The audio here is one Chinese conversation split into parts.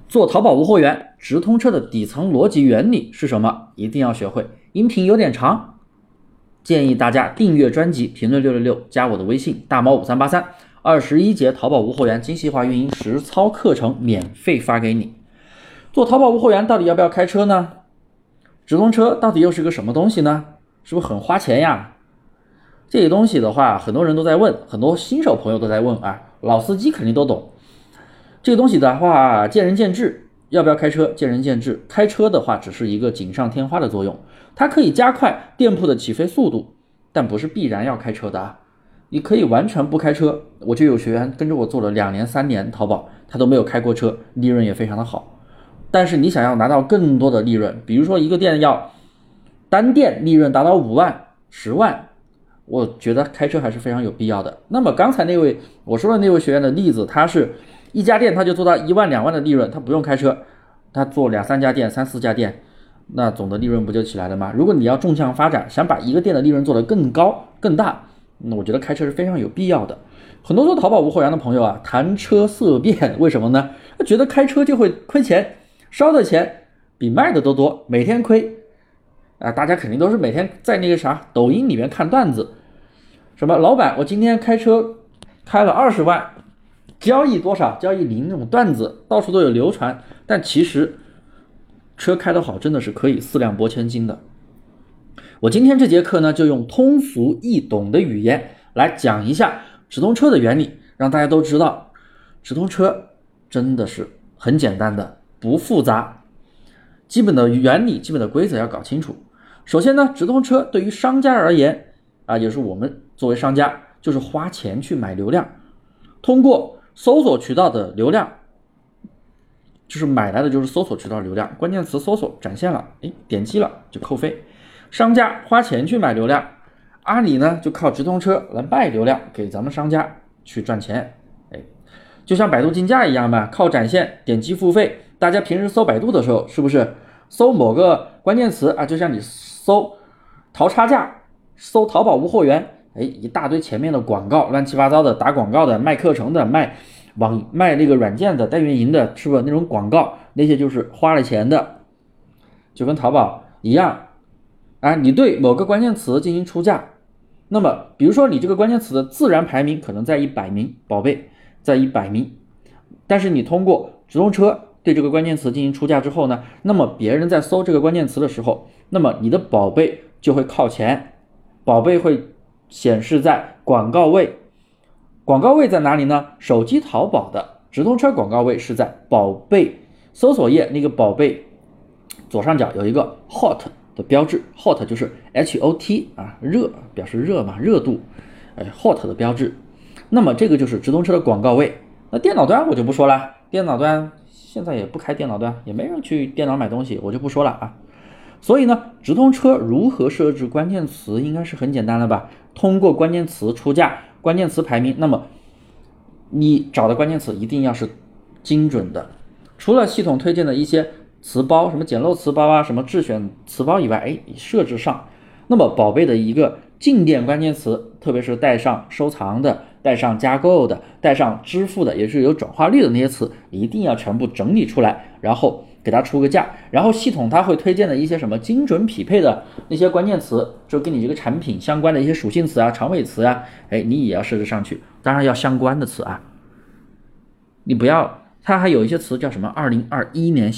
做淘宝无货源，直通车的底层逻辑原理是什么？一定要学会。音频有点长，建议大家订阅专辑，评论666，加我的微信大猫5383，21节淘宝无货源精细化运营实操课程免费发给你。做淘宝无货源到底要不要开车呢？直通车到底又是个什么东西呢？是不是很花钱呀？这些东西的话，很多人都在问，很多新手朋友都在问啊，老司机肯定都懂。这个东西的话，见仁见智，要不要开车见仁见智。开车的话，只是一个锦上添花的作用，它可以加快店铺的起飞速度，但不是必然要开车的啊。你可以完全不开车，我就有学员跟着我做了2年3年淘宝，他都没有开过车，利润也非常的好。但是你想要拿到更多的利润，比如说一个店要单店利润达到5万、10万，我觉得开车还是非常有必要的。那么刚才那位我说的那位学员的例子，他是一家店他就做到1万2万的利润，他不用开车，他做2、3家店、3、4家店，那总的利润不就起来了吗？如果你要纵向发展，想把一个店的利润做得更高更大，那我觉得开车是非常有必要的。很多做淘宝无货源的朋友啊，谈车色变，为什么呢？他觉得开车就会亏钱，烧的钱比卖的都多，每天亏啊！大家肯定都是每天在那个抖音里面看段子，什么老板我今天开车开了20万，交易多少？交易0那种段子到处都有流传，但其实车开得好真的是可以4辆拨千斤的。我今天这节课呢，就用通俗易懂的语言来讲一下直通车的原理，让大家都知道直通车真的是很简单的，不复杂，基本的原理、基本的规则要搞清楚。首先呢，直通车对于商家而言啊，也是我们作为商家，就是花钱去买流量，通过搜索渠道的流量，就是买来的就是搜索渠道流量，关键词搜索展现了，点击了就扣费。商家花钱去买流量，阿里呢就靠直通车来卖流量给咱们商家去赚钱。就像百度竞价一样嘛，靠展现点击付费。大家平时搜百度的时候，是不是搜某个关键词啊？就像你搜淘差价、搜淘宝无货源，一大堆前面的广告，乱七八糟的打广告的、卖课程的、卖那个软件的、带运营的，是不是那种广告？那些就是花了钱的，就跟淘宝一样啊。你对某个关键词进行出价，那么比如说你这个关键词的自然排名可能在100名，宝贝在100名，但是你通过直通车对这个关键词进行出价之后呢，那么别人在搜这个关键词的时候，那么你的宝贝就会靠前，宝贝会显示在广告位。广告位在哪里呢？手机淘宝的直通车广告位是在宝贝搜索页那个宝贝左上角有一个 hot 的标志， hot 就是 HOT 啊，热表示热嘛，热度，hot 的标志。那么这个就是直通车的广告位。那电脑端我就不说了，电脑端现在也不开电脑端，也没人去电脑买东西，我就不说了啊。所以呢，直通车如何设置关键词应该是很简单了吧？通过关键词出价，关键词排名，那么你找的关键词一定要是精准的。除了系统推荐的一些词包，什么捡漏词包啊，什么智选词包以外，设置上，那么宝贝的一个进店关键词，特别是带上收藏的、带上加购的、带上支付的，也是有转化率的那些词，一定要全部整理出来，然后给它出个价。然后系统它会推荐的一些什么精准匹配的那些关键词，就跟你这个产品相关的一些属性词啊、长尾词啊，你也要设置上去，当然要相关的词啊，你不要。它还有一些词叫什么2021年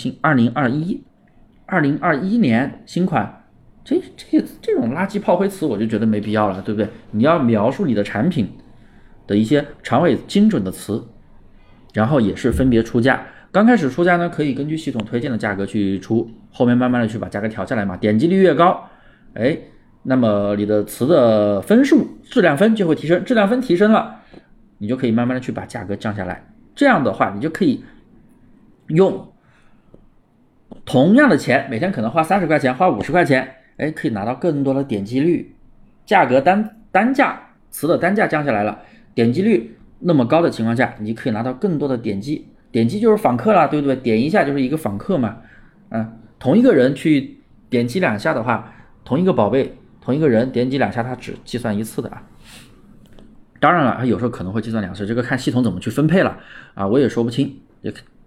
新款，这种垃圾炮灰词我就觉得没必要了，对不对？你要描述你的产品的一些长尾精准的词，然后也是分别出价。刚开始出价呢，可以根据系统推荐的价格去出，后面慢慢的去把价格调下来嘛。点击率越高，那么你的词的分数质量分就会提升，质量分提升了，你就可以慢慢的去把价格降下来。这样的话，你就可以用同样的钱，每天可能花30块钱，花50块钱，可以拿到更多的点击率。价格单价词的单价降下来了，点击率那么高的情况下，你可以拿到更多的点击。点击就是访客啦，对不对？点一下就是一个访客嘛。同一个人去点击2下的话，同一个宝贝，同一个人点击2下，它只计算1次的啊。当然了，它有时候可能会计算2次，这个看系统怎么去分配了啊，我也说不清，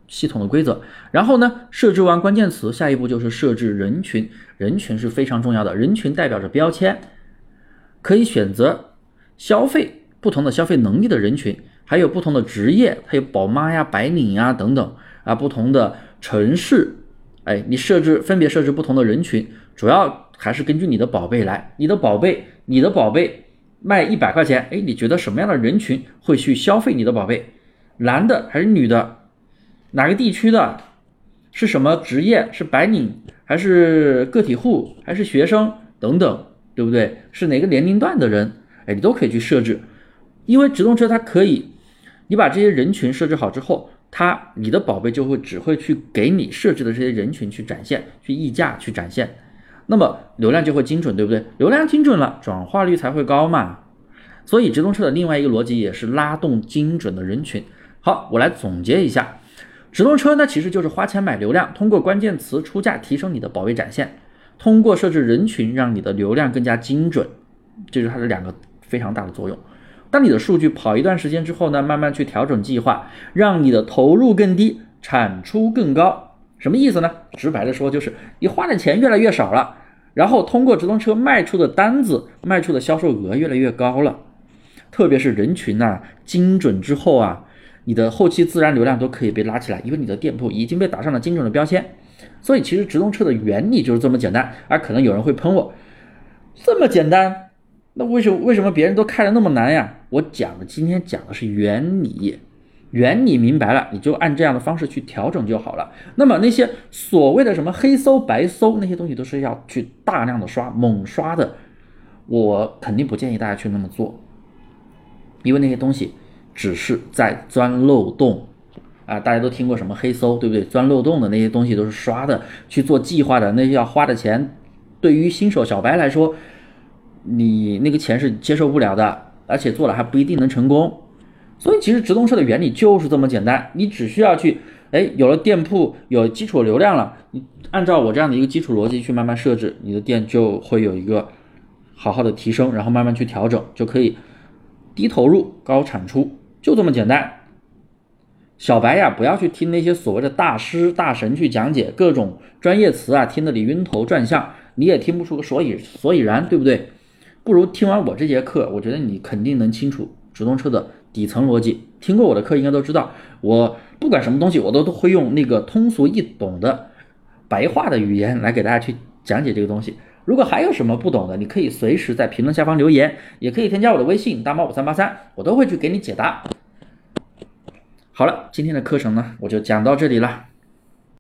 系统的规则。然后呢，设置完关键词，下一步就是设置人群。人群是非常重要的，人群代表着标签，可以选择不同的消费能力的人群，还有不同的职业，还有宝妈呀、白领呀等等啊，不同的城市，你分别设置不同的人群，主要还是根据你的宝贝来。你的宝贝卖100块钱，你觉得什么样的人群会去消费你的宝贝？男的还是女的？哪个地区的？是什么职业？是白领还是个体户还是学生等等，对不对？是哪个年龄段的人？你都可以去设置。因为直通车它可以，你把这些人群设置好之后，你的宝贝只会去给你设置的这些人群去展现，去议价，去展现，那么流量就会精准，对不对？流量精准了，转化率才会高嘛。所以直通车的另外一个逻辑也是拉动精准的人群。好，我来总结一下，直通车呢其实就是花钱买流量，通过关键词出价提升你的宝贝展现，通过设置人群让你的流量更加精准，这就是它的2个非常大的作用。当你的数据跑一段时间之后呢，慢慢去调整计划，让你的投入更低，产出更高。什么意思呢？直白的说就是你花的钱越来越少了，然后通过直通车卖出的单子、卖出的销售额越来越高了。特别是人群精准之后你的后期自然流量都可以被拉起来，因为你的店铺已经被打上了精准的标签。所以其实直通车的原理就是这么简单。而可能有人会喷我，这么简单，那为什么别人都开得那么难呀？我今天讲的是原理，原理明白了，你就按这样的方式去调整就好了。那么那些所谓的什么黑搜白搜，那些东西都是要去大量的刷，猛刷的，我肯定不建议大家去那么做，因为那些东西只是在钻漏洞大家都听过什么黑搜，对不对？钻漏洞的那些东西都是刷的，去做计划的，那些要花的钱，对于新手小白来说，你那个钱是接受不了的，而且做了还不一定能成功。所以其实直通车的原理就是这么简单，你只需要去有了店铺，有基础流量了，你按照我这样的一个基础逻辑去慢慢设置，你的店就会有一个好好的提升，然后慢慢去调整，就可以低投入高产出，就这么简单。小白不要去听那些所谓的大师大神去讲解各种专业词听得你晕头转向，你也听不出个所以然，对不对？不如听完我这节课，我觉得你肯定能清楚直通车的底层逻辑。听过我的课应该都知道，我不管什么东西我都会用那个通俗易懂的白话的语言来给大家去讲解这个东西。如果还有什么不懂的，你可以随时在评论下方留言，也可以添加我的微信大猫5383，我都会去给你解答。好了，今天的课程呢，我就讲到这里了。